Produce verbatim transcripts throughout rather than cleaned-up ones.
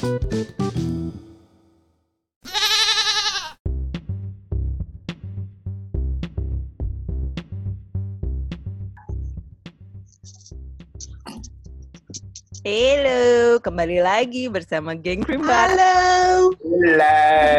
Halo, kembali lagi bersama Geng Krimbat. Halo. Halo.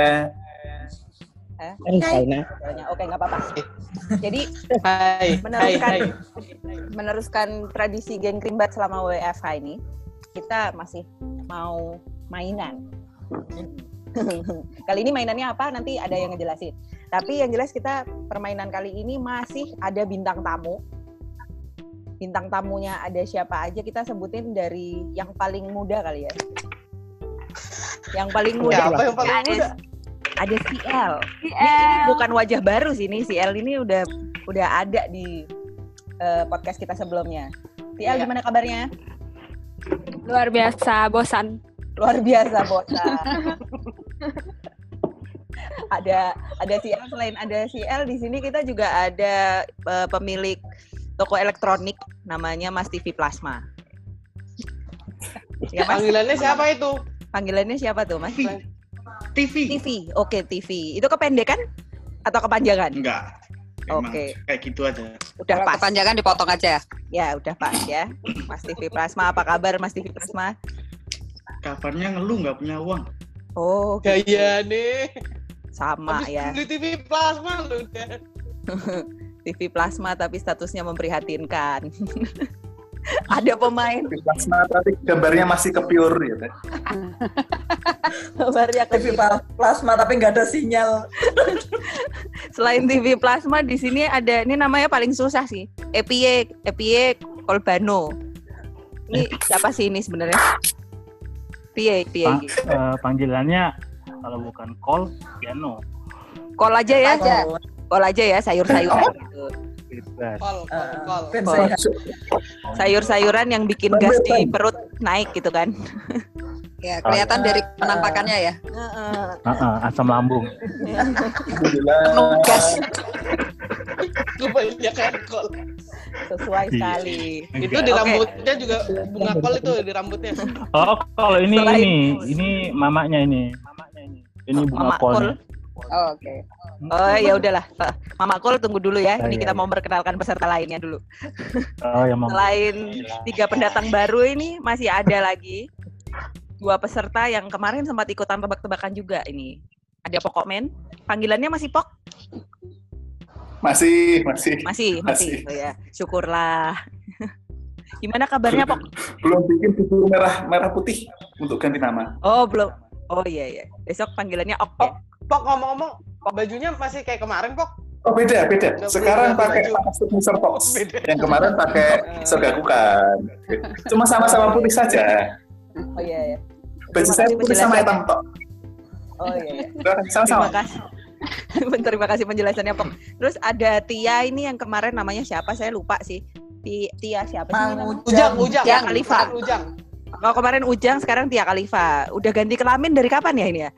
Eh, Hai. Oke, nggak apa-apa. Jadi, Hai. meneruskan Hai. meneruskan tradisi Geng Krimbat selama W F H ini, kita masih mau mainan. Kali ini mainannya apa? Nanti ada yang ngejelasin. Tapi yang jelas kita permainan kali ini masih ada bintang tamu. Bintang tamunya ada siapa aja, kita sebutin dari yang paling muda kali ya. Yang paling muda. Siapa yang paling ada, muda? Ada C L. Ini, ini bukan wajah baru sih, ini C L ini udah udah ada di uh, podcast kita sebelumnya. C L, ya. Gimana kabarnya? Luar biasa, bosan. Luar biasa, bosan. ada ada C L, selain ada C L di sini kita juga ada uh, pemilik toko elektronik namanya Mas T V Plasma. Ya, Mas? Panggilannya siapa itu? Panggilannya siapa tuh, Mas? T V. T V. Oke, T V. Itu kependekan atau kepanjangan? Enggak. Oke. Kayak gitu aja. Udah Kalau pas. kepanjangan dipotong aja. Ya, udah pas ya. Mas T V Plasma, apa kabar Mas T V Plasma? Kabarnya ngeluh nggak punya uang. Oh, gitu. Gaya nih. Sama Habis ya. beli T V plasma lu udah. T V Plasma tapi statusnya memprihatinkan. Ada pemain T V plasma tapi gambarnya masih ke pure gitu. gambarnya ke T V plasma tapi nggak ada sinyal. Selain T V Plasma di sini ada, ini namanya paling susah sih. Epie Epie Kolbano. Ini siapa sih ini sebenarnya? Pie Pie. Pa- uh, panggilannya kalau bukan kol, piano. Kol aja ya. Aja. Kol aja ya, sayur-sayuran gitu. Bebas. Kol, kol, kol. Ben Kol. sehat. Sayur-sayuran yang bikin gas di perut naik gitu kan. Ya, kelihatan dari penampakannya ya. Heeh. Uh-uh, asam lambung. Penuh gas. Kebanyakan kol. Sesuai sekali. Itu di Oke. rambutnya juga bunga kol itu di rambutnya. Oh, kalau ini Selain- ini ini mamanya ini. Mamanya ini. Ini bunga Mama kol. Kol. Oh, Oke. Oh ya udahlah. Mama Kol tunggu dulu ya. Ini Oh, kita iya. mau memperkenalkan peserta lainnya dulu. Oh, yang mau. Selain tiga pendatang baru ini masih ada lagi dua peserta yang kemarin sempat ikutan tebak-tebakan juga ini. Ada Pokokmen. Panggilannya masih Pok? Masih, masih. Masih, masih. Masih. Oh ya, syukurlah. Gimana kabarnya Pok? Belum bikin buku merah merah putih untuk ganti nama. Oh, belum. Oh iya iya. Besok panggilannya Ok ya. Pok, ngomong-ngomong, bajunya masih kayak kemarin, Pok? Oh beda, beda. Udah Sekarang beli pakai baju. plastik Mister Fox. Beda. Yang kemarin pakai Sogakukan. Cuma sama-sama putih saja. Oh iya iya. Baju Terima saya kasih putih sama penjelasannya. hitam tok. Oh iya iya. Sama-sama. Terima kasih. Terima kasih penjelasannya Pok. Terus ada Tia ini yang kemarin namanya siapa? Saya lupa sih. Ti- Tia siapa sih? Mang namanya? Ujang, Ujang. Tia Khalifa. Ujang. Kalau kemarin Ujang, sekarang Tia Khalifa. Udah ganti kelamin dari kapan ya ini ya?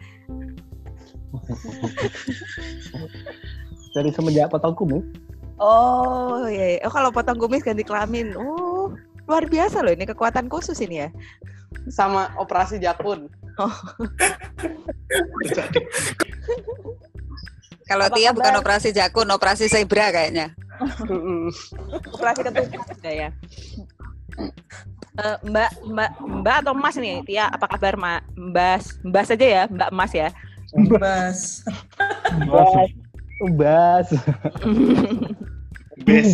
Dari semenjak potong kumis. Oh iya, iya. Oh kalau potong kumis ganti kelamin. Oh luar biasa loh, ini kekuatan khusus ini ya. Sama operasi jakun. Kalau Apa Tia kabar? bukan operasi jakun, operasi zebra kayaknya. Operasi ketupat juga ya. Eh, Mbak, Mbak, Mbak atau Mas nih, Tia, apa kabar Mbak? Mbas, Mbas aja ya, Mbak Mas ya. Bas. Bas. Bas. Bes.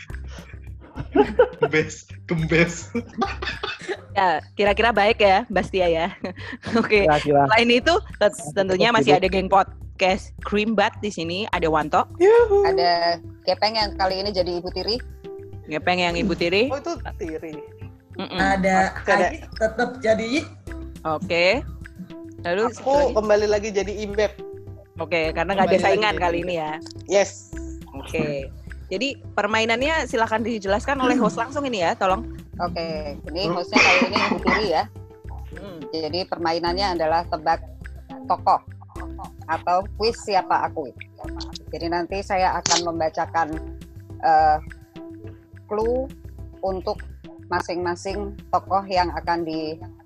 Gembes, gembes. Ya, kira-kira baik ya, Mbak Tia ya. Oke. Kira-kira. Selain itu, tet- tentunya masih ada geng podcast Krimbat di sini. Ada Wanto, Ada Gepeng yang kali ini jadi ibu tiri. Ngepeng yang Ibu Tiri. Oh, itu tiri. Mm-mm. Ada Ada. Ayi tetap jadi Oke. Lalu Aku satu lagi. kembali lagi jadi Imbeb. Oke, karena nggak ada Kembali saingan lagi. kali ini ya. Yes. Oke. Jadi permainannya silakan dijelaskan oleh host langsung ini ya, tolong. Oke, ini hostnya kali ini ibu tiri ya. Hmm. Jadi permainannya adalah tebak tokoh atau kuis siapa aku. Jadi nanti saya akan membacakan uh, clue untuk masing-masing tokoh yang akan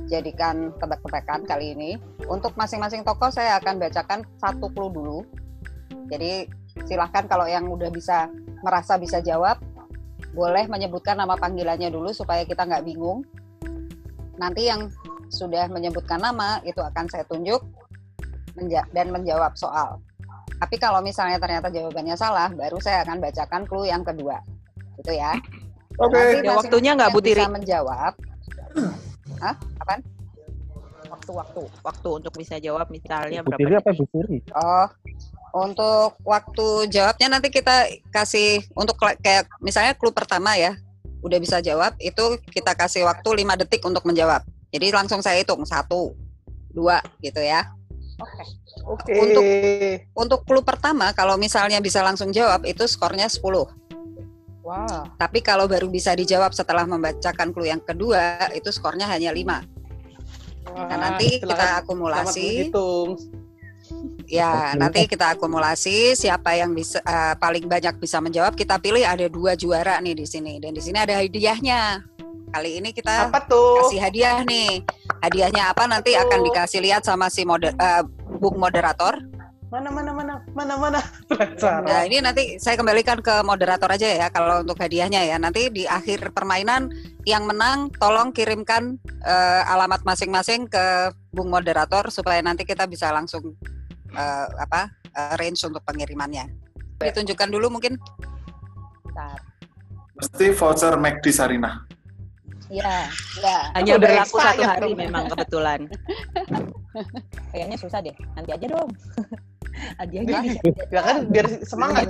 jadikan tebak-tebakan kali ini. Untuk masing-masing tokoh saya akan bacakan satu clue dulu. Jadi silahkan kalau yang udah bisa merasa bisa jawab, boleh menyebutkan nama panggilannya dulu supaya kita nggak bingung. Nanti yang sudah menyebutkan nama itu akan saya tunjuk menja- dan menjawab soal. Tapi kalau misalnya ternyata jawabannya salah, baru saya akan bacakan clue yang kedua. Gitu ya. Oke. Nanti Ada waktunya nggak, Bu Tiri? bisa menjawab. Hah? Apaan? Waktu-waktu, waktu untuk bisa jawab misalnya Bu berapa? Tiri apa Bu Tiri? Oh, untuk waktu jawabnya nanti kita kasih untuk kle- kayak misalnya clue pertama ya, udah bisa jawab, itu kita kasih waktu lima detik untuk menjawab. Jadi langsung saya hitung, satu, dua gitu ya. Oke. Oke. Untuk untuk clue pertama kalau misalnya bisa langsung jawab itu skornya sepuluh. Wah. Tapi kalau baru bisa dijawab setelah membacakan clue yang kedua itu skornya hanya lima. Wah, Nah, nanti kita silakan. akumulasi. Selamat menghitung. Ya, nanti kita akumulasi siapa yang bisa uh, paling banyak bisa menjawab. Kita pilih ada dua juara nih di sini dan di sini ada hadiahnya. Kali ini kita Apa tuh? kasih hadiah nih. Hadiahnya apa nanti akan dikasih lihat sama si moder, uh, Bung moderator. Mana mana mana mana mana. Nah, ini nanti saya kembalikan ke moderator aja ya kalau untuk hadiahnya ya. Nanti di akhir permainan yang menang tolong kirimkan uh, alamat masing-masing ke Bung moderator supaya nanti kita bisa langsung uh, apa? Uh, range untuk pengirimannya. Ditunjukkan dulu mungkin. Bentar. Mesti voucher McD Sarinah. Ya, ya. Hanya Udah berlaku expired satu hari dong. memang kebetulan. Kayaknya susah deh. Nanti aja dong. Hadiahnya Hah? bisa. Ya kan biar semangat.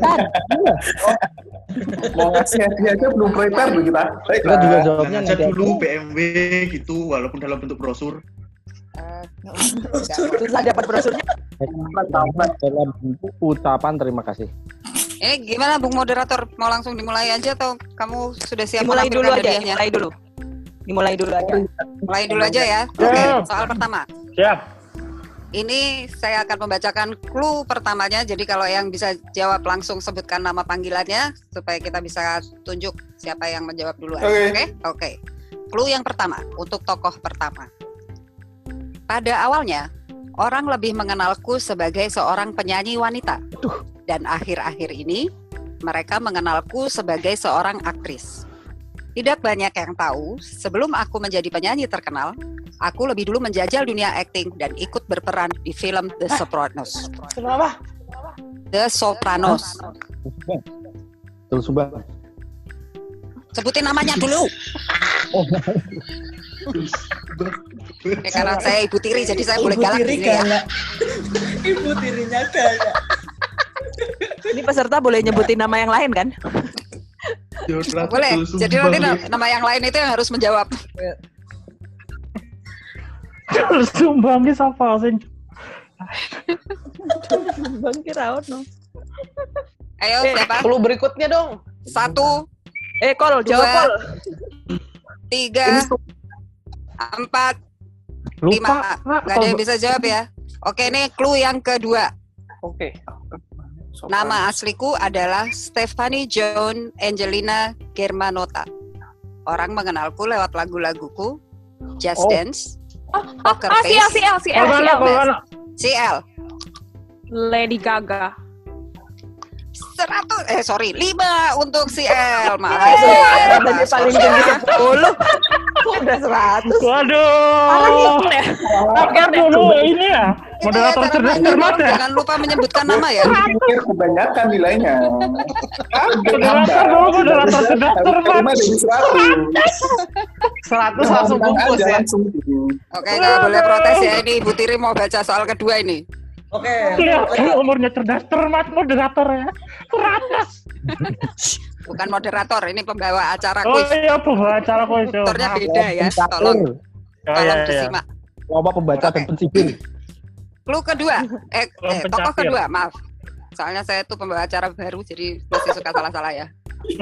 Mau ngasih hadiah aja belum prepare loh kita. Kita juga Baiklah. jawabnya Aja nanti. dulu B M W gitu, walaupun dalam bentuk brosur. Uh, Susah dapat brosurnya. Dalam bentuk ucapan terima kasih. ini gimana Bung moderator? Mau langsung dimulai aja atau kamu sudah siap Dimulai dulu menampilkan aja. hadiahnya? Dimulai dulu. Dimulai dulu aja. Mulai dulu aja ya. Oke, soal pertama. Siap. Ini saya akan membacakan clue pertamanya. Jadi kalau yang bisa jawab langsung sebutkan nama panggilannya supaya kita bisa tunjuk siapa yang menjawab duluan. Oke. Oke? Oke. Clue yang pertama untuk tokoh pertama. Pada awalnya, orang lebih mengenalku sebagai seorang penyanyi wanita. Dan akhir-akhir ini, mereka mengenalku sebagai seorang aktris. Tidak banyak yang tahu, sebelum aku menjadi penyanyi terkenal, aku lebih dulu menjajal dunia akting dan ikut berperan di film The Sopranos. Kenapa? The Sopranos. Terus Subang. Sebutin namanya dulu. Ya, karena saya Ibu Tiri, jadi saya boleh Ibu galak Tiri di sini ya. galak. Ibu tirinya galak. Ini peserta boleh nyebutin nama yang lain kan? Boleh. Jadi nanti na- nama yang lain itu yang harus menjawab. Sumbang ki sapa sing? Bang Kiraon no. Ayo siapa? Clue berikutnya dong. Satu, Eh, Kol, jawab Dua. Kol. tiga, empat, lima. Gak ada yang bisa jawab ya. Oke, ini clue yang kedua. Oke. Nama asliku adalah Stephanie Joan Angelina Germanotta. Orang mengenalku lewat lagu-laguku Just Oh. Dance, Oh, Poker oh, si L, Face, si L, si L, si Kolmana, L. kolmana. C L. Lady Gaga. Seratus, eh sorry, lima untuk C L. Maaf. Tadi paling tinggi sepuluh. Kok udah seratus? Waduh. Target dulu ini ya. Moderator cerdas cermat ya. Jangan lupa menyebutkan nama ya. Pikir kebanyakan nilainya. Moderator dulu, moderator cerdas cermat. Lima dari seratus. Seratus langsung bungkus Aja ya. langsung. Oke, nggak boleh protes ya. Ini Ibu Tiri mau baca soal kedua ini. Oke. Lihat umurnya cerdas cermat moderator ya. Seratus. Bukan moderator, ini pembawa acara Oh kuis. iya pembawa acara kuis. Motornya beda ya, tolong. Oh, Tolong iya, iya. disimak. Loba pembaca Oke. dan pensipil. Clue kedua, eh, Belum eh tokoh pencapir. kedua, maaf. Soalnya saya tuh pembawa acara baru, jadi masih suka salah-salah ya.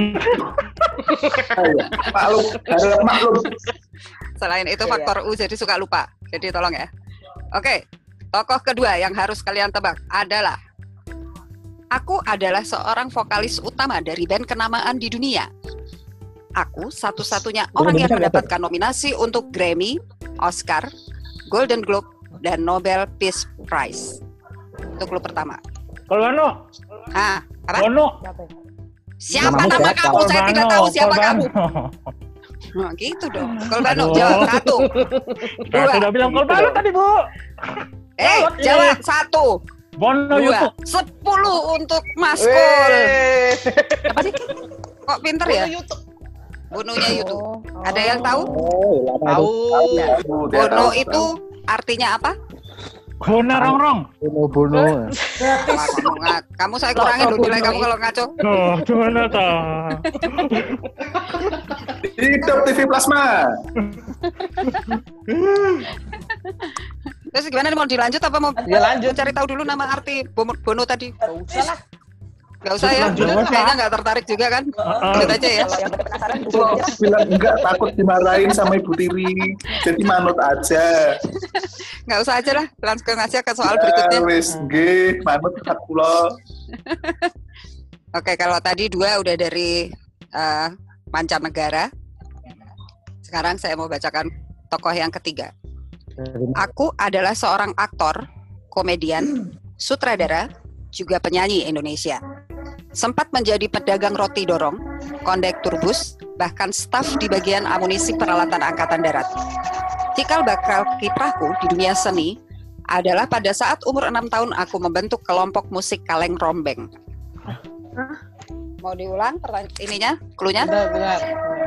Ayo, maklum, harap maklum. Selain itu Iya, faktor U, jadi suka lupa. Jadi tolong ya. Oke, tokoh kedua yang harus kalian tebak adalah aku adalah seorang vokalis utama dari band kenamaan di dunia. Aku satu-satunya orang yang Bentar, bentar. mendapatkan nominasi untuk Grammy, Oscar, Golden Globe, dan Nobel Peace Prize. Itu clue pertama. Kolbano. Ah, apa? Bono. Siapa Nama nama siapa? kamu? Saya tidak tahu siapa kamu. Kolbano. Nah, gitu dong. Kolbano Aduh. jawab satu. Saya Dua. sudah bilang Kolbano tadi, Bu. Eh, jawab satu. Bono Dua. YouTube. Sepuluh untuk Mas Kul. Weh. Apa sih? Kok pinter ya? YouTube. Bononya YouTube. Ada yang tahu? Oh, lama Tahu. itu. Dia Bono tahu. itu artinya apa? Bona rongrong. Bono Bono. Wah, kamu, nga- kamu saya kurangin loh nilai kamu kalau ngaco. Oh, gimana toh? Hidup T V Plasma. Terus gimana nih, mau dilanjut apa mau Ya lanjut. cari tahu dulu nama arti Bono, Bono tadi? Gak usah lah. Gak usah ya, Lanjut. kayaknya nggak tertarik juga kan? Lanjut aja ya. Kalau yang penasaran Kalau aku bilang enggak, takut dimarahin sama Ibu Tiri. Jadi manut aja. Nggak usah aja lah, langsung aja ke soal Ya, berikutnya. wis nggih, manut hak kula. Oke, kalau tadi dua udah dari eh, mancanegara. Sekarang saya mau bacakan tokoh yang ketiga. Aku adalah seorang aktor, komedian, sutradara, juga penyanyi Indonesia. Sempat menjadi pedagang roti dorong, kondektur bus, bahkan staf di bagian amunisi peralatan Angkatan Darat. Cikal bakal kiprahku di dunia seni adalah pada saat umur enam tahun aku membentuk kelompok musik Kaleng Rombeng. Mau diulang pertanyaan ininya, cluenya? Benar, benar.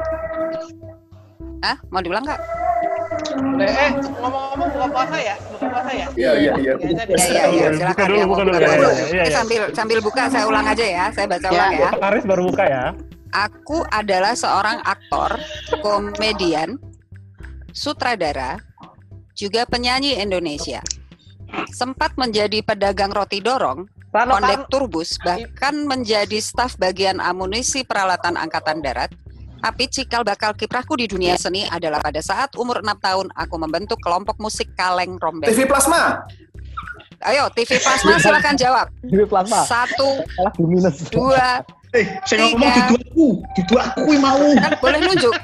Hah? Mau diulang nggak? Udah, eh, ngomong-ngomong buka puasa ya? Buka puasa ya? Iya, iya, iya. Ya, jadi- Ya, ya, ya, silakan Buka dulu, ya. Mau buka dulu. buka Ya, dulu. ya, ya, Eh, ya. sambil sambil buka saya ulang aja ya. Saya baca Ya. ulang ya. Pak Aris baru buka ya. Aku adalah seorang aktor, komedian, sutradara, juga penyanyi Indonesia. Sempat menjadi pedagang roti dorong, Rano Karno. kondektur bus, bahkan menjadi staf bagian amunisi peralatan Angkatan Darat. Tapi cikal bakal kiprahku di dunia seni adalah pada saat umur enam tahun aku membentuk kelompok musik Kaleng T Rombeng. V Plasma. Ayo, T V Plasma silakan jawab. Ini plasma. Satu, Salah di minus. dua, Eh, saya ngomong Tiga. di dua aku, di dua aku yang mau. kan boleh nunjuk.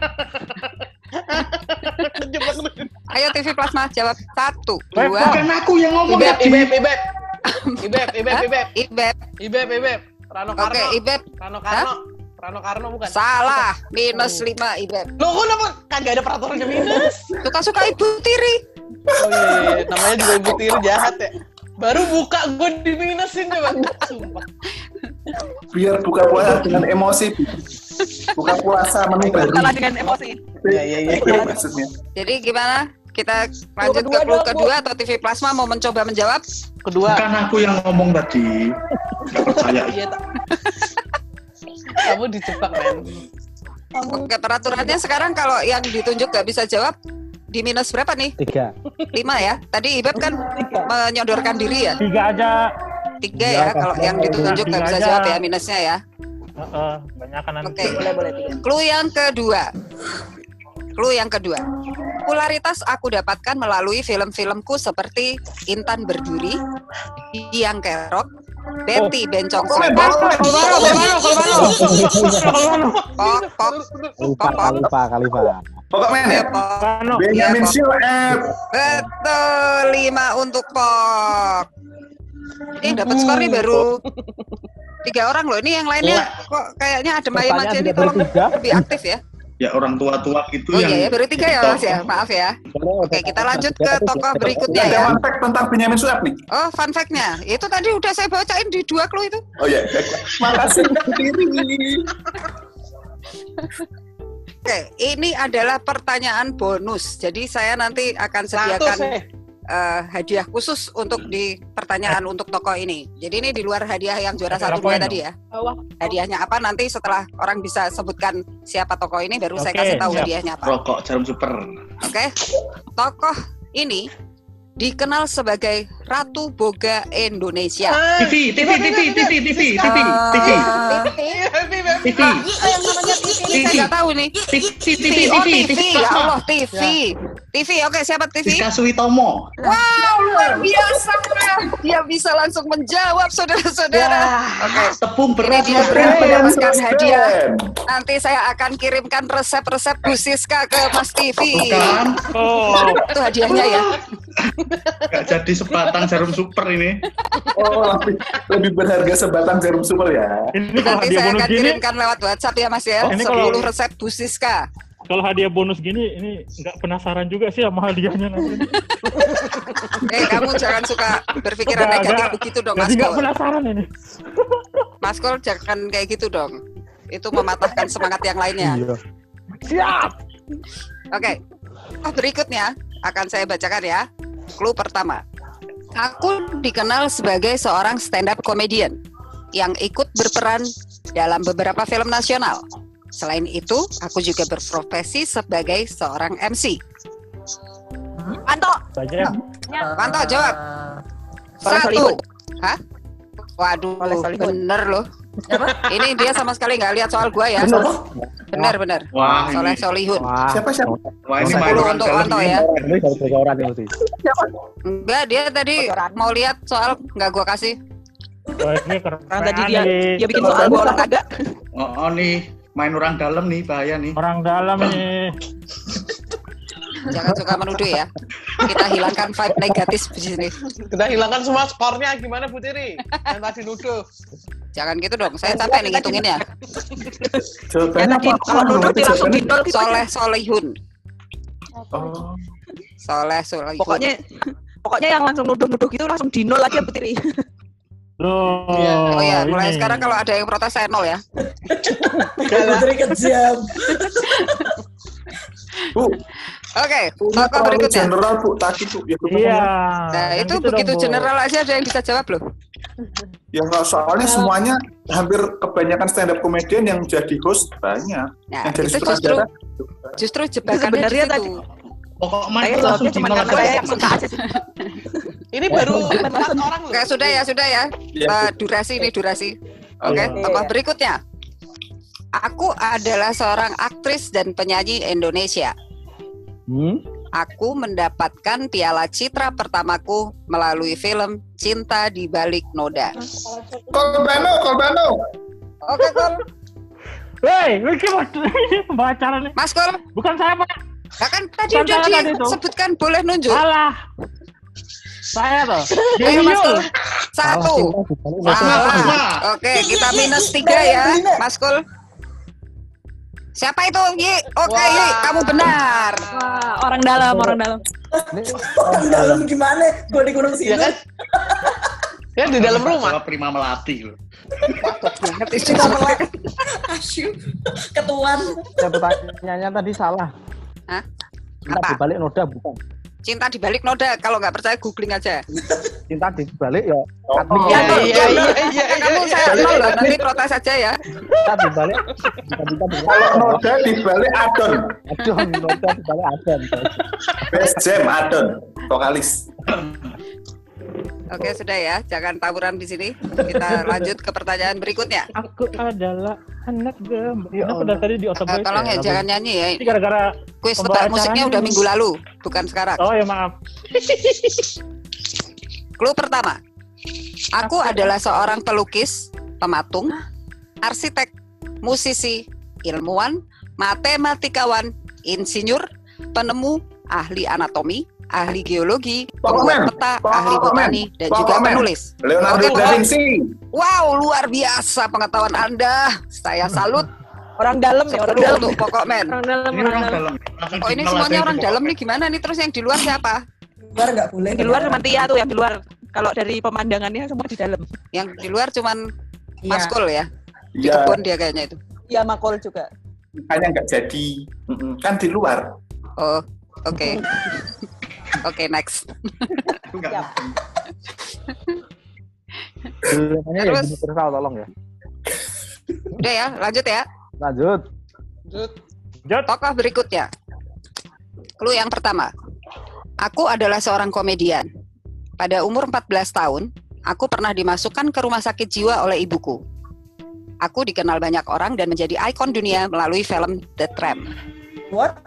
Jebak lu. Ayo T V Plasma jawab. Satu, Eh, dua, Bukan aku yang ngomong Ibeb, tadi. Ibeb, Ibeb. Ibeb, Ibeb, Hah? Ibeb. Ibeb. Ibeb, Ibeb. Rano Oke, Karno. Ibeb. Rano Karno. Rano Karno bukan? Salah. Minus lima Ibeb. Lo kenapa kagak ada peraturannya minus? Suka-suka Ibu Tiri. Oh iya, iya. Namanya juga Ibu Tiri jahat ya. Baru buka gue diminusin coba. Sumpah. Biar buka puasa dengan emosi. Buka puasa menu baru. Salah dengan emosi. Iya, iya, iya. Itu maksudnya. Jadi gimana? Kita lanjut ke clue kedua atau T V Plasma mau mencoba menjawab? Kedua. Bukan aku yang ngomong tadi. Gak percaya. Iya, tak. Kamu dijebak, men. Oke, peraturannya sekarang kalau yang ditunjuk nggak bisa jawab, di minus berapa nih? Tiga. Lima ya? Tadi Ibeb kan menyodorkan diri ya? Tiga aja. Tiga ya, kalau yang ditunjuk nggak bisa Tiga aja. jawab ya minusnya ya. Heeh, banyak kan nanti. Oke. boleh boleh tiga. Clue yang kedua. Clue yang kedua. Popularitas aku dapatkan melalui film-filmku seperti Intan Berduri, Biang Kerok, Betty Bencong Sleman, Kolbano, Kolbano, Kolbano. Kolbano. Pok Pok Kalifa, Kalifa, Kalifa. Pokok men ya. Pok. Kolbano. Benjamin Pok. Shoaib. Betul, lima untuk Pok. Ini dapat skor nih baru tiga orang loh. Ini yang lainnya kok kayaknya adem ayem Pertanyaan aja ini, tidak tolong bertiga. lebih aktif ya. Ya orang tua-tua itu Oh yang... iya ya, baru tiga ya Mas ya, maaf ya. Oke, kita lanjut ke tokoh berikutnya Ada ya. one fact tentang Benjamin Shoaib nih. Oh, fun fact-nya. Itu tadi udah saya bacain di dua clue itu. Oh iya. Makasih Ibu Tiri. Oke, ini adalah pertanyaan bonus. Jadi saya nanti akan Satu sediakan sih. eh, hadiah khusus untuk di pertanyaan untuk tokoh ini. Jadi ini di luar hadiah yang juara Berapa satu dua poin tadi ya. Hadiahnya apa nanti setelah orang bisa sebutkan siapa tokoh ini baru saya Oke, kasih tahu siap. hadiahnya apa. Rokok jarum super. Oke. Tokoh ini dikenal sebagai Ratu Boga Indonesia. T V, T V, T V, T V, T V, T V, T V, T V. Yang namanya T V ini saya nggak tahu nih. T V, T V, Oh, T V, T V, ya Allah, T V. T V, oke, siapa T V? Tika Suitomo. Wow, luar biasa. Dia bisa langsung menjawab, saudara-saudara. Oke. Tepung Ini beras dia lo berhak keren. mendapatkan hadiah. Nanti saya akan kirimkan resep-resep Bu Siska ke Mas T V. Kan? Oh, Itu hadiahnya ya. Gak jadi sebatang jarum super ini. Oh, lebih, lebih berharga sebatang jarum super ya. ini kalau Nanti hadiah saya bonus akan gini, kirimkan lewat WhatsApp ya Mas ya. Oh, ini kalau- sepuluh resep Bu Siska. kalau hadiah bonus gini, ini nggak penasaran juga sih sama hadiahnya nanti. Eh, kamu jangan suka berpikiran Nggak, negatif nggak. begitu dong, Jadi Mas nggak Kol. penasaran ini. Mas Kol jangan kayak gitu dong. Itu mematahkan semangat yang lainnya. Iya. Siap. Oke. Oh, berikutnya akan saya bacakan ya. Clue pertama. Aku dikenal sebagai seorang stand up comedian yang ikut berperan dalam beberapa film nasional. Selain itu, aku juga berprofesi sebagai seorang M C. Anto. Saja. Panto jawab. Soleh Satu. Solihun. Hah? Waduh, Soleh Solihun. bener loh. Ini dia sama sekali nggak lihat soal gua ya. Bener bener. Wah, ini. Soleh Solihun. Wah, Siapa siapa? Wah, ini sepuluh main orang untuk dalam Anto ini. ya. ini dari bocoran ini sih. Enggak, dia tadi Bocoran. mau lihat soal nggak gua kasih. Oh, ini keren. Orang tadi dia nih. dia bikin soal gua olahraga. Oh, oh nih, main orang dalam nih, bahaya nih. Orang dalam nih. Jangan suka menuduh ya. Kita hilangkan vibe negatif di sini. Kita hilangkan semua skornya gimana Bu Tiri? Yang tadi nuduh. Jangan gitu dong. Saya capek nih ngitunginnya. Jawabannya tadi apa? kalau nuduh dia langsung Jawabannya- ditol gitu aja. Soleh Solihun. Oh, Soleh Solihun. Pokoknya pokoknya yang langsung nuduh-nuduh gitu langsung di nol aja Bu Tiri. Loh. Oh ya, mulai ini. sekarang kalau ada yang protes saya nol ya. Putri kejam. Bu, Oke, Bu, tokoh terlalu berikutnya. general Bu tadi Bu. Ya, Bu, Iya. Nah, yang itu gitu begitu dong, Bu. general aja ada yang bisa jawab loh. Ya nggak, soalnya semuanya hampir kebanyakan stand up comedian yang jadi host banyak. Nah, Yang jadi itu justru sutradara. justru jebakannya di Sebenarnya situ. tadi Pokok main saya itu langsung jawabnya cuma karena dimana saya yang suka aja sih. Ini baru empat orang loh. Oke, sudah ya, sudah ya. Ya, Eh, Bu. durasi ini durasi. Oke, Iya. tokoh berikutnya. Aku adalah seorang aktris dan penyanyi Indonesia. Hmm? Aku mendapatkan piala citra pertamaku melalui film Cinta di Balik Noda. Kolbano, Kolbano. Oke, Kol. Hei, ini pembacara nih. Mas Kol, Bukan saya, Pak. nah kan tadi Bukan udah saya tadi tuh. disebutkan boleh nunjuk. Salah. Saya tuh. Ayo Mas Kol. Salah Satu. cinta dibalik noda. Salah. Oke, kita minus tiga ya, Mas Kul. Siapa itu? Yi. Oke, Wah. Yi, kamu benar. Wah, orang dalam, orang dalam. Orang dalam gimana? Gue di Gunung Ya Sindur. kan? Ya di dalam rumah. Masalah Prima Melati loh. Banget itu. Kita melek. Asyik. Ketuan. Ya, pertanyaannya tadi salah. Hah? Cinta Apa? dibalik noda bukan. Cinta di Balik Noda. Kalau nggak percaya googling aja. Cinta dibalik ya. Oh, admik Iya ya. iya iya iya. Kamu saya nol loh, nanti protes aja ya. Cinta dibalik. Cinta dibalik. Kalau noda dibalik Adon. Adon, noda dibalik adon. Best Jam Adon, vokalis. Oke, sudah ya. Jangan tawuran di sini. Kita lanjut ke pertanyaan berikutnya. Aku adalah anak gembel. Ya Kenapa Allah. dari tadi di otak Eh, gue? tolong ya, jangan nyanyi ya. Ini gara-gara. Kuis Pembawa tebak musiknya acaranya udah ini. minggu lalu, bukan sekarang. Oh ya maaf. Clue pertama. Aku adalah seorang pelukis, pematung, arsitek, musisi, ilmuwan, matematikawan, insinyur, penemu, ahli anatomi, ahli geologi, Pokokmen, pembuat peta, Pokokmen, ahli botani, dan juga Pokokmen. penulis. Leonardo Oke, da Vinci. Wow, luar biasa pengetahuan Anda. Saya salut. Orang dalam ya, orang Sepuluh dalam. untuk pokokmen. Orang dalam, Ini orang orang dalam. dalam. Langsung Oh, ini dikenal semuanya aja orang itu dalam pokoknya. nih, gimana nih? Terus yang di luar siapa? Luar nggak boleh. Di luar cuma Tia tuh yang di luar. Kalau dari pemandangannya semua di dalam. Yang di luar cuman Iya. Mas Kul ya. Di Iya, kebun dia kayaknya itu. Iya, Makol juga. makanya nggak jadi. Mm-mm, kan di luar. Oh, oke. Oke, next. Itu nggak Siap. Namanya ya Terus? universal tolong ya. Udah ya, lanjut ya. Lanjut. Lanjut. Tokoh berikutnya. Clue yang pertama. Aku adalah seorang komedian pada umur empat belas tahun, aku pernah dimasukkan ke rumah sakit jiwa oleh ibuku. Aku dikenal banyak orang dan menjadi ikon dunia melalui film The Tramp. What?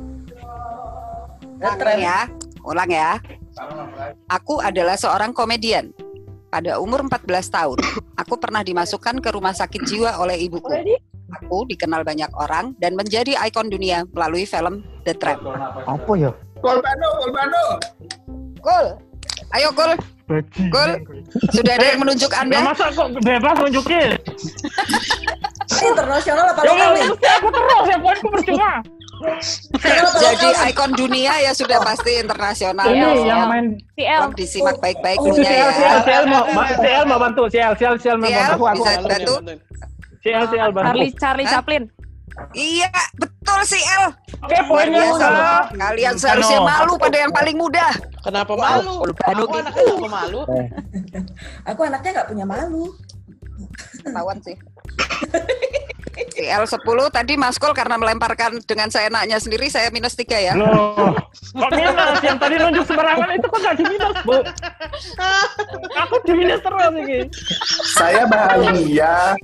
The Ulang Tramp. ya, ulang ya. Aku adalah seorang komedian. Pada umur empat belas tahun, aku pernah dimasukkan ke rumah sakit jiwa oleh ibuku. Aku dikenal banyak orang dan menjadi ikon dunia melalui film The Tramp. Apa ya? Kolbano, Kolbano. Gol. Ayo Gol. Gol. Sudah ada yang menunjuk Nah, Anda? masa kok bebas nunjukin? Ini internasional apa Ya lokal nih? mesti aku terus ya, poinku percuma. Jadi ikon dunia ya sudah pasti internasional. Ini ya. yang main C L. Tolong disimak baik-baik Oh, dulunya ya. C L, C L mau, C L mau bantu, C L, C L, C L mau C L, bantu. Aku, bisa aku, bantu? C L, C L bantu. Charlie Charlie Hah? Chaplin. Iya, betul sih El. Oke, poinnya Biasa udah. loh. Kalian seharusnya malu pada yang paling muda. Kenapa malu? Aku anaknya kenapa malu? Aku anaknya nggak punya malu. Ketahuan sih. C L sepuluh tadi Mas Kol karena melemparkan dengan seenaknya sendiri, saya minus tiga ya. Loh, kok minus? Yang tadi nunjuk sembarangan itu kok nggak di minus, Bu? Aku di minus terus ini. Saya bahagia.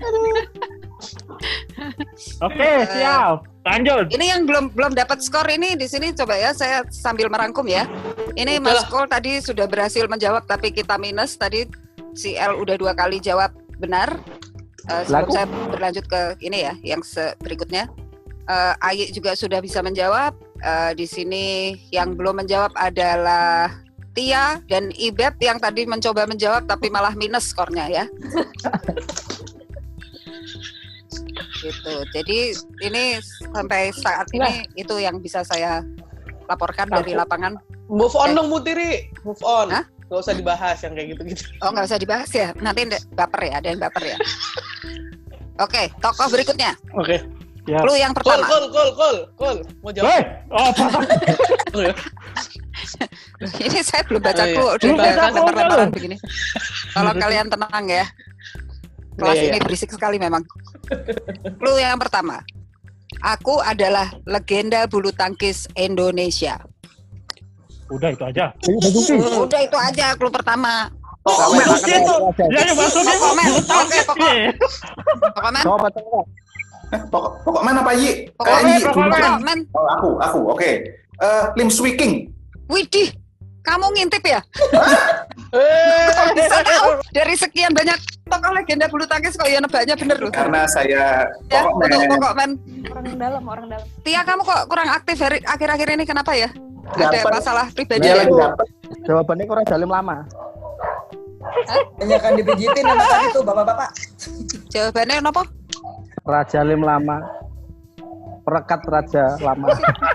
Oke, siap. Lanjut. Ini yang belum belum dapat skor ini di sini coba ya saya sambil merangkum ya. Ini Mas Kol tadi sudah berhasil menjawab tapi kita minus. Tadi si L udah dua kali jawab benar. Uh, sebelum Laku. saya berlanjut ke ini ya yang se- berikutnya. Uh, Ayi juga sudah bisa menjawab. Uh, di sini yang belum menjawab adalah Tia dan Ibeb yang tadi mencoba menjawab tapi malah minus skornya ya. Gitu. Jadi ini sampai saat ini itu yang bisa saya laporkan dari lapangan. Move on Eh. dong Mutiri. Move on. Hah? Gak usah dibahas yang kayak gitu-gitu. Oh nggak usah dibahas ya. Nanti nda- baper ya. Ada yang baper ya. Oke, tokoh berikutnya. Oke. Ya. Lu yang Kol, pertama. kol, kol, kol, kol. Mau Hei, jawab? oh, apa? Oh, ya. Ini saya belum baca Oh, iya. clue, udah Belum baca udah clue, lempar-lemparan belum. begini. Tolong kalian tenang ya. Kelas Iya, iya, ini iya. berisik sekali memang. Clue yang pertama. Aku adalah legenda bulu tangkis Indonesia. Udah itu aja. Udah itu aja clue pertama. Oh, Maksudnya tuh. Ya, ya maksudnya Pokok men, bulu oke tangkis pokok, nih. pokok men, Coba coba. Eh, pokok, pokok mana Pak Yi? Pokok Kayak men, Yi. pokok men. pokok men. Oh, aku, aku, oke. Eh, Lim Swee King. Widih, kamu ngintip ya? Eh, Kok bisa tahu dari sekian banyak tokoh legenda bulu tangkis kok ya nebaknya bener loh. Karena saya Ya, pokok untuk men. pokok men. Orang dalam, orang dalam. Tia kamu kok kurang aktif hari akhir-akhir ini kenapa ya? Ada Dapat. masalah pribadi Dia ya? lagi dapet. Jawabannya kurang dalam lama. Banyak kan dipijitin sama tadi tuh bapak-bapak. Jawabannya apa? Raja Lim lama. Perekat Raja lama.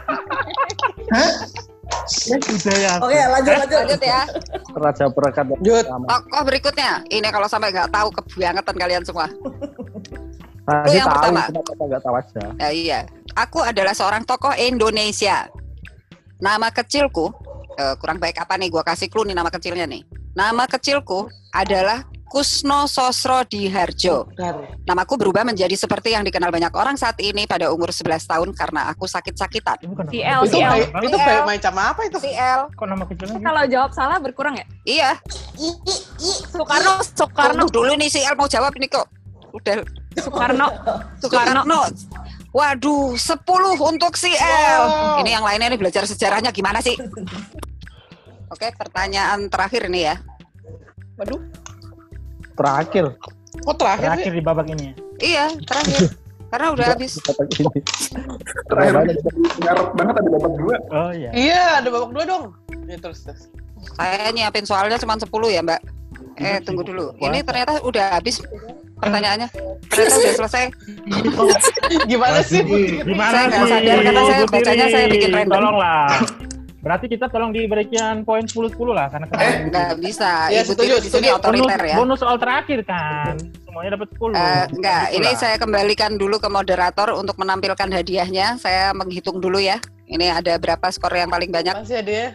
Udah ya. Oke, lanjut lanjut. Lanjut ya. Raja perekat Lanjut. lama. Tokoh berikutnya. Ini kalau sampai nggak tahu kebangetan kalian semua. Nah, Lu ini yang tahu, pertama. kenapa kita nggak tahu aja. Ya, iya. Aku adalah seorang tokoh Indonesia. Nama kecilku, eh, kurang baik apa nih? Gua kasih clue nih nama kecilnya nih. Nama kecilku adalah Kusno Sosro Diharjo. Namaku berubah menjadi seperti yang dikenal banyak orang saat ini pada umur sebelas tahun karena aku sakit-sakitan. C L, Itu C L. kayak itu Iya. kayak macam apa itu? C L. Kok nama kecilnya gitu? Kalau jawab salah berkurang ya? Iya. Soekarno, Soekarno, Tunggu dulu nih C L mau jawab ini kok. Udah Soekarno, Soekarno. Soekarno. Waduh, sepuluh untuk C L. Wow. Ini yang lainnya nih belajar sejarahnya gimana sih? Oke, pertanyaan terakhir ini ya. Waduh, Terakhir. kok terakhir, Terakhir sih? di babak ini ya. Iya, terakhir. Karena udah habis. Babak ini. Terakhir Babak ngarep banget ada babak dua. Oh iya. Iya, ada babak dua dong. Ya, terus, terus. Saya nyiapin soalnya cuma sepuluh ya, Mbak. Eh, tunggu dulu. Ini ternyata udah habis pertanyaannya. Ternyata udah selesai. Gimana sih? Gimana Saya nggak sih? sadar karena saya Bu Tiri? bacanya saya bikin random. Tolonglah. Berarti kita tolong diberikan poin sepuluh sepuluh lah karena kita Eh, Nggak bisa. Ya, Ibu setuju, Tiri di sini setuju. otoriter bonus, ya. bonus soal terakhir kan. Semuanya dapat sepuluh. Eh, enggak, Gitu ini lah. saya kembalikan dulu ke moderator untuk menampilkan hadiahnya. Saya menghitung dulu ya. Ini ada berapa skor yang paling banyak? Masih ada ya?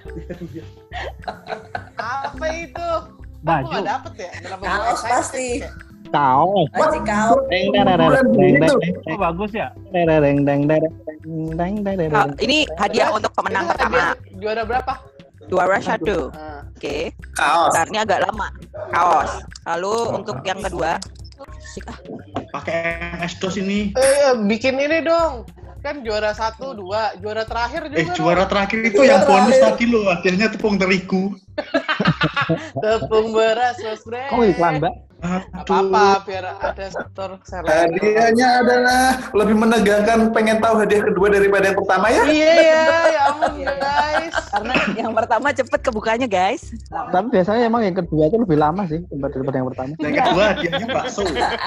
Apa itu? Aku Baju. nggak dapet ya? Kenapa gua Kaos excited pasti. ya? Kau. Pasti kau. Deng deng deng deng deng deng Oh, bagus ya. deng deng deng deng deng deng deng Ah, deng. ini hadiah untuk pemenang Itu pertama. hadiah Juara berapa? Juara satu. Ah. Oke. Kaos. Startnya agak lama. Kaos. Lalu untuk yang kedua, Pakai M S DOS ini. Eh, bikin ini dong. Kan juara satu, dua, juara terakhir juga. Eh, dong. juara terakhir itu yang bonus tadi loh. Akhirnya tepung terigu. Tepung beras, Mas Bre. Oh iklan, Mbak. Apa-apa biar ada sektor seleb. Hadiahnya adalah lebih menegangkan, pengen tahu hadiah kedua daripada yang pertama ya? Iya ya, ya ampun guys. karena yang pertama cepet kebukanya guys. Tapi biasanya emang yang kedua itu lebih lama sih daripada yang pertama. Yang kedua hadiahnya bakso.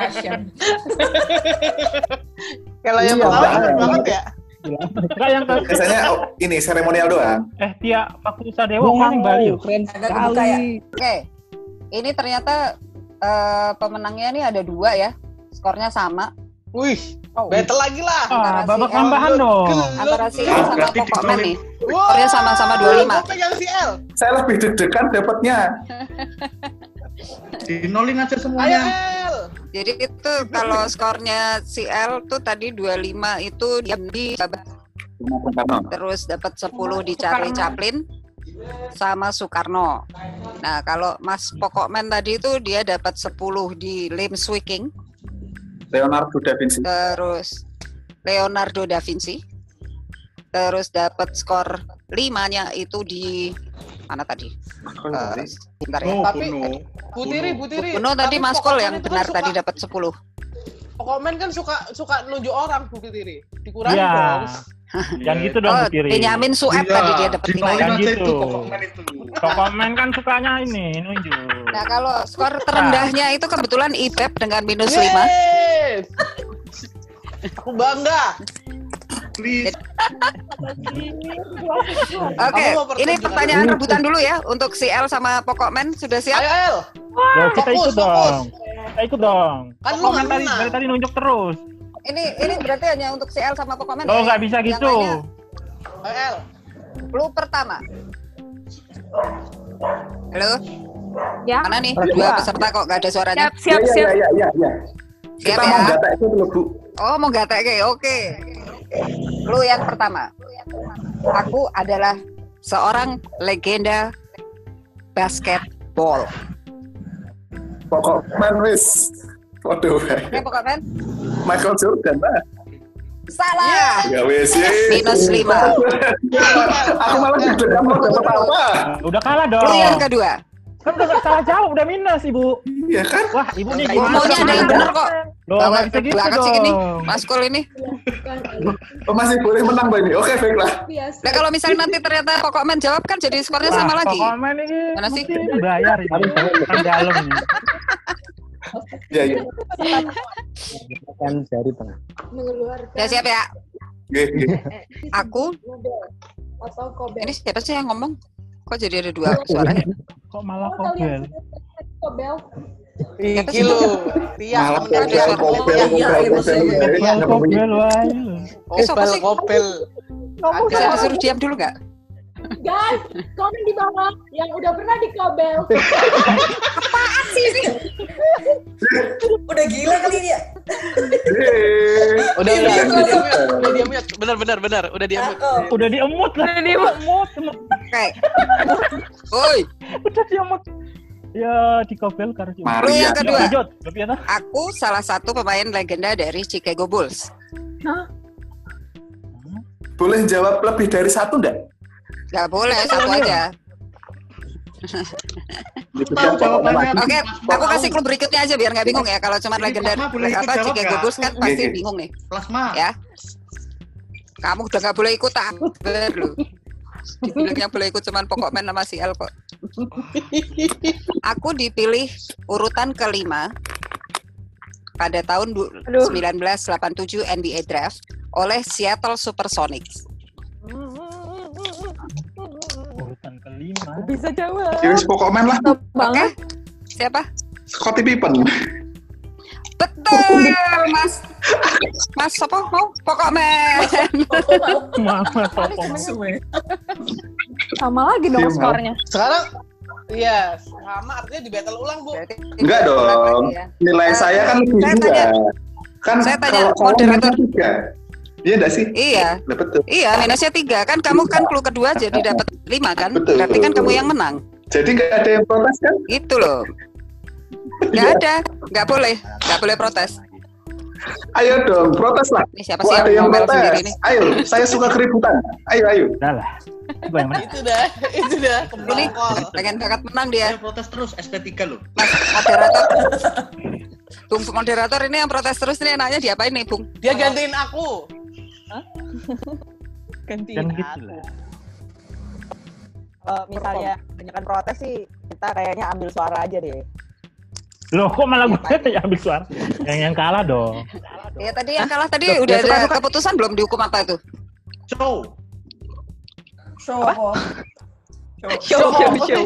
Kalau yang Iya, pertama Bang. cepet banget ya. Enggak yang ke Biasanya oh, ini seremonial doang. eh Tia waktu Sadewa kan yang Bali. keren Agak kebuka ya. Oke, ini ternyata eh, pemenangnya nih ada dua ya, skornya sama. Wih, Oh, battle lagi lah. Ah, Antara babak si- tambahan dong. Antara si Gelut. El sama Berarti Pokokmen dicolin. nih. Wow, Skornya sama-sama dua puluh lima. Gue pegang si L. Saya lebih deg-degan dapatnya. Dinolin aja Ayo semuanya. L. Jadi itu kalau skornya si El tuh tadi dua puluh lima itu dia di terus dapat sepuluh di Charlie Chaplin sama Soekarno. Nah, kalau Mas Pokokmen tadi itu dia dapat sepuluh di Lim Swee King, Leonardo da Vinci. terus Leonardo da Vinci. Terus dapat skor limanya itu di mana tadi? Eh, sebentar ya. Oh, Tapi Kuno. Putiri, Putiri. Kuno tadi Tapi Mas Kol Pokokmen yang itu kan benar suka- tadi dapat sepuluh. Pokokmen kan suka suka nunjuk orang Bu Putiri. Dikurangi Iya. dong. Jangan gitu dong Oh, Putiri. Benyamin Sueb Iya, tadi dia dapat lima dinolin ya. Kan aja gitu. itu pokoknya itu. Pokokmen kan sukanya ini nunjuk. Nah, kalau skor terendahnya itu kebetulan I P E P dengan minus lima. Yeay. Aku bangga. Please. Oke, Aku mau pertunjukan ini pertanyaan dulu. rebutan dulu ya untuk si El sama Pokokmen. Sudah siap? Ayo L. Loh, kita Fokus, ikut dong. fokus. Kita ikut dong. Kan lu Pokokmen nggak tadi menang. dari tadi nunjuk terus. Ini ini berarti hanya untuk si El sama Pokokmen. Loh, ya? nggak bisa Yang gitu. lainnya, Ayo L. clue pertama. Halo, Ya. mana nih? Dua peserta kok nggak ada suaranya. Siap, siap, ya, siap. ya, ya, ya, ya. Siap Kita ya? mau data itu dulu, Bu. Oh, mau gatek ke? Oke. Clue yang pertama. Aku adalah seorang legenda basketball. Pokoknya wis. Waduh. Oke, Pokokmen? Michael Jordan lah. Salah. Ya wis. yes. Minus lima. Aku malah deg-degan mau dapat apa. Udah kalah dong. Clue yang kedua. Kan udah nggak salah jawab, udah minus Ibu. Iya kan? Wah, Ibu nih Ibu gimana? maunya ada yang bener kok. Loh, Bawa nggak bisa gitu banget dong. sih ini, Mas Kul ini. Oh, masih boleh menang Mbak ini. Oke, baiklah. Nah, kalau misalnya nanti ternyata Pokokmen jawab kan jadi skornya sama Wah, lagi. Pokokmen ini Mana sih? mesti bayar ini. Kan dalam nih. Ya, ya. Kan jari tengah. Ya siap ya. Oke, oke. Aku. Ini siapa sih yang ngomong? Kok jadi ada dua suara ya? Kok malah kobel? Iki lu. Tia, Malah temen kobel, Tia. kobel, Tia. kobel, iya, kobel, betul. kobel. Kobel, kobel, wah. Eh, siapa Kopel, sih? kopel. Bisa Ada. disuruh diam dulu nggak? Guys, komen di bawah yang udah pernah dikobel. Udah gila kali ini ya. Yeay. Udah, Iya, udah, iya, udah iya. diamut, udah diamut. Benar, benar, benar. Udah diamut. Cakep. Udah diemut lah, diemut. Oke. Woi, Udah diemut. Ya, dikobel karena diemut. Maria. clue yang kedua. Lanjut, lebih enak. Aku salah satu pemain legenda dari Chicago Bulls. Boleh jawab lebih dari satu enggak? Gak boleh, satu aja. Tahu jawabannya. Oke, aku kasih clue berikutnya aja biar nggak bingung ya. Kalau cuma Ini legenda Plasma boleh ikut apa jawab Chicago nggak? Bulls kan pasti Oke. bingung nih. Plasma. Ya. Kamu udah nggak boleh ikut tak lu. Dibilang yang boleh ikut cuman Pokokmen sama si El kok. Aku dipilih urutan kelima pada tahun du- Aduh. seribu sembilan ratus delapan puluh tujuh N B A Draft oleh Seattle Supersonics. Urutan kelima. Bisa jawab. Yus Pokokmen lah. Oke, Banget. siapa? Scottie Pippen. Betul, Mas. Mas apa mau? Pokokmen. Mama sopong. Sama lagi dong Tim, skornya. Sekarang, iya, sama artinya di battle ulang, Bu. Berarti Enggak ulang dong. lagi ya. Nilai Eh, saya kan lebih saya dua. tanya. Kan Saya tanya kalau saya moderator. minusnya tiga. Iya enggak sih? Iya, Nah, betul. iya minusnya tiga kan kamu kan clue kedua jadi dapat lima kan? Betul. Berarti kan kamu yang menang. Jadi nggak ada yang protes kan? Itu loh. Nggak ada, nggak boleh, nggak boleh protes. Ayo dong, protes lah. Ini siapa Kok sih ada yang yang ngomel protes? sendiri nih? Ayo, saya suka keributan. Ayo, ayo. Udah lah. Coba yang mana? Itu dah, itu dah. Ini pengen banget menang dia. Saya protes terus S P tiga loh. Mas moderator. Bung moderator ini yang protes terus nih, enaknya diapain nih, Bung? Dia gantiin aku. Gantiin Kan aku. gitu lah. Kalau misalnya kebanyakan protes sih, kita kayaknya ambil suara aja deh. Loh, kok malah gue yang ambil suara? Yang yang kalah dong. Ya tadi yang kalah tadi Loh, udah ya, ada suka-suka. keputusan belum dihukum apa itu? Show. Show apa? Show, show, show.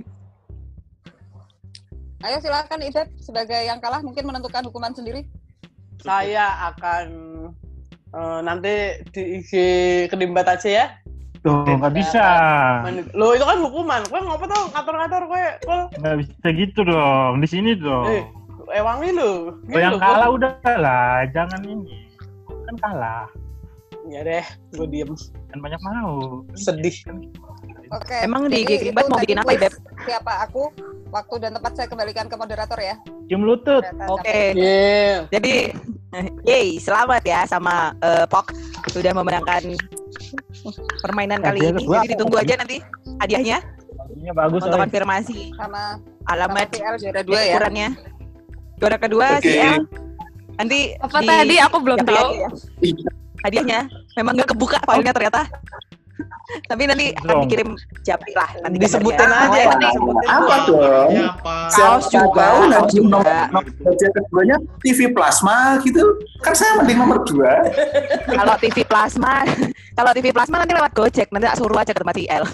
Ayo silakan Ibet sebagai yang kalah mungkin menentukan hukuman sendiri. Saya akan eh, nanti di I G Kedimbat aja ya. Tuh, nggak bisa. Lo itu kan hukuman. Kowe ngopo tau ngatur-ngatur kowe. Kowe Nggak bisa gitu dong. Di sini dong. eh ewangi lo. Oh, yang kalah udah lah. Jangan ini. Kan kalah. Ya deh, gue diem. Kan banyak mau. Sedih. Oke. Emang di jadi I G Kedimbat itu mau tadi bikin apa, quiz. Ibet? Siapa aku? Waktu dan tempat saya kembalikan ke moderator ya. Cium lutut. Oke. Yeah. Jadi, yay, selamat ya sama eh, Pok sudah memenangkan permainan kali Hadiah ini. kedua Jadi apa ditunggu tadi? aja nanti hadiahnya Ini bagus untuk Oi. konfirmasi Sama alamat P L juara dua ya. ukurannya. Juara kedua Oke. si El. Nanti Apa di- tadi? Aku belum Japri tahu. aja ya. Hadiahnya memang nggak kebuka filenya ternyata. Tapi nanti akan Dong. dikirim Japri lah. Nanti Disebutin gambarnya. aja. Oh, Disebutin Apa dong. dong? Siapa? Kaos Siapa juga, tahu kaos nanti juga. nomor nomor keduanya T V plasma gitu. Kan saya mending nomor dua. Kalau T V plasma, kalau T V plasma nanti lewat Gojek, nanti tak suruh aja ke tempat si El.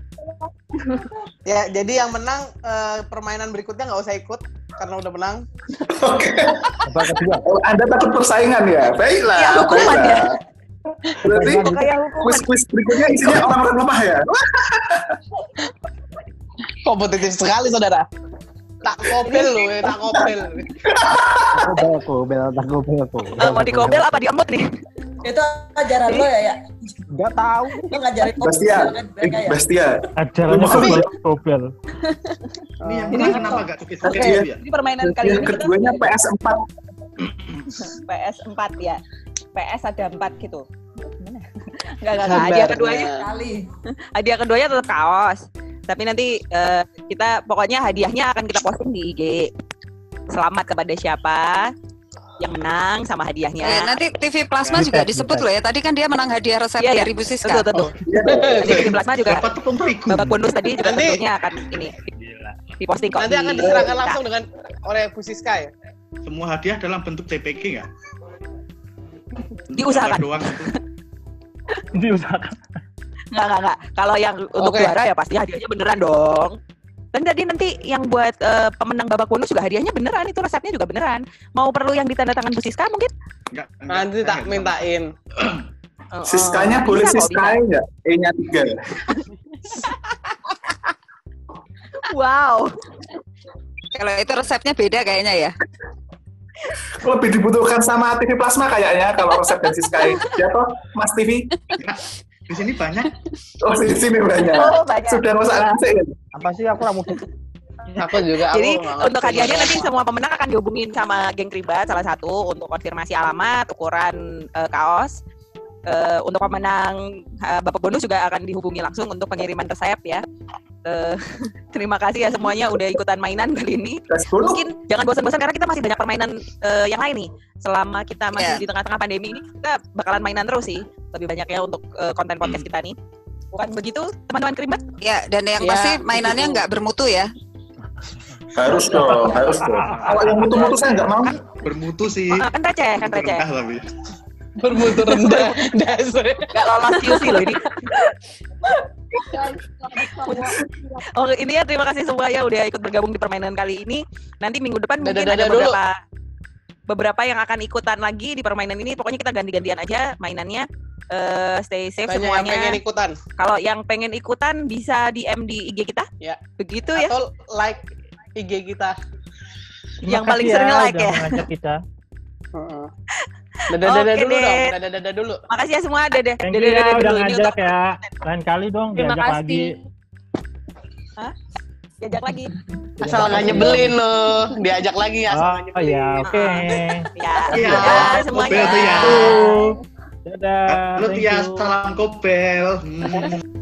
Ya, jadi yang menang eh, permainan berikutnya nggak usah ikut karena udah menang. Oke. Apa kedua? Oh, Anda takut persaingan ya? Baiklah. Iya, hukuman baiklah. ya. Berarti Kayak hukuman. kuis-kuis berikutnya isinya orang-orang lemah ya? Kompetitif sekali saudara. Tak kopel lo, ya, tak kopel. Gobel aku, bel tak gobel aku. Eh, mau dikobel apa diemut nih? Itu ajaran lo ya, ya? Nggak tahu. Lo ngajarin Bastia, kan eh, mereka ya? Bastia. Ajarannya Tapi- gobel, gobel. Ini yang menang kenapa gak cukit-cukit Oke, dulu ya? jadi permainan kali Yang ini kita keduanya P S empat. P S empat ya. P S ada empat gitu. Gimana? Enggak, enggak, enggak. Hadiah keduanya, Kali. hadiah keduanya tetap kaos. Tapi nanti eh, kita pokoknya hadiahnya akan kita posting di I G. Selamat kepada siapa yang menang sama hadiahnya. Eh, nanti T V Plasma juga disebut loh ya. Tadi kan dia menang hadiah resep Iya, iya. dari Bu Siska. Betul, betul. Nanti di plasma juga Dapat tepung terigu. babak bonus tadi juga Nanti- tentunya akan ini diposting kok. Nanti di- akan diserahkan langsung dengan oleh Bu Siska ya. Semua hadiah dalam bentuk T P G nggak? Diusahakan. Doang itu. Diusahakan. Enggak, enggak, enggak. Kalau yang untuk Oke. juara ya pasti hadiahnya beneran dong. Dan tadi nanti yang buat eh, pemenang babak bonus juga hadiahnya beneran, itu resepnya juga beneran. Mau perlu yang ditanda tangan Bu Siska mungkin? Enggak, enggak. Nanti tak mintain. Oh, Siskanya oh. boleh Bisa kok, Siska bisa. enggak? E-nya tiga. Wow. Kalau itu resepnya beda kayaknya ya. Lebih dibutuhkan sama T V plasma kayaknya kalau resep dan Siska. Ya toh, Mas T V? Di sini banyak. Oh, di sini banyak. Oh, banyak. Sudah nggak usah ngasih ya? Apa sih aku ramu? Aku juga. Jadi aku nggak untuk ngerti. hadiahnya nanti semua pemenang akan dihubungin sama geng Kribat salah satu untuk konfirmasi alamat, ukuran eh, kaos. Eh, untuk pemenang eh, babak bonus juga akan dihubungi langsung untuk pengiriman resep ya. Eh, terima kasih ya semuanya udah ikutan mainan kali ini. Tes dulu. Mungkin jangan bosan-bosan karena kita masih banyak permainan eh, yang lain nih. Selama kita masih Iya. di tengah-tengah pandemi ini kita bakalan mainan terus sih. Lebih banyak ya untuk eh, konten podcast kita nih. Bukan begitu teman-teman Kribat? Ya, dan yang Ya, pasti mainannya itu. nggak bermutu ya. Harus dong, harus dong. Kalau yang mutu-mutu saya nggak mau. Bermutu sih. Oh, kan receh, kan receh. Rendah tapi. Bermutu rendah dasar. Gak lolos Q C loh ini. Oh ini ya terima kasih semua ya udah ikut bergabung di permainan kali ini. Nanti minggu depan mungkin Dadah, ada dadah dulu. beberapa beberapa yang akan ikutan lagi di permainan ini. Pokoknya kita ganti-gantian aja mainannya. Eh, stay safe Banyak yang semuanya. pengen ikutan. Kalau yang pengen ikutan bisa D M di I G kita. Ya. Begitu ya. Atau like I G kita. Yang paling sering like ya. Ngajak kita. Heeh. Dadah dadah Oke dulu deh. dong. Dadah dadah dulu. Makasih ya semua. Dadah. Thank Dadah you ya dadah udah dulu. Ini ngajak untuk ya. Lain kali dong Terima diajak kasih. lagi. Hah? diajak lagi. Asal nggak nyebelin loh, diajak lagi asal nggak Oh nyebelin. ya, oke. Ya, Iya, dadah Kopel semuanya. tuh ya. Dadah. Halo thank Tia, you. salam Kopel. Hmm.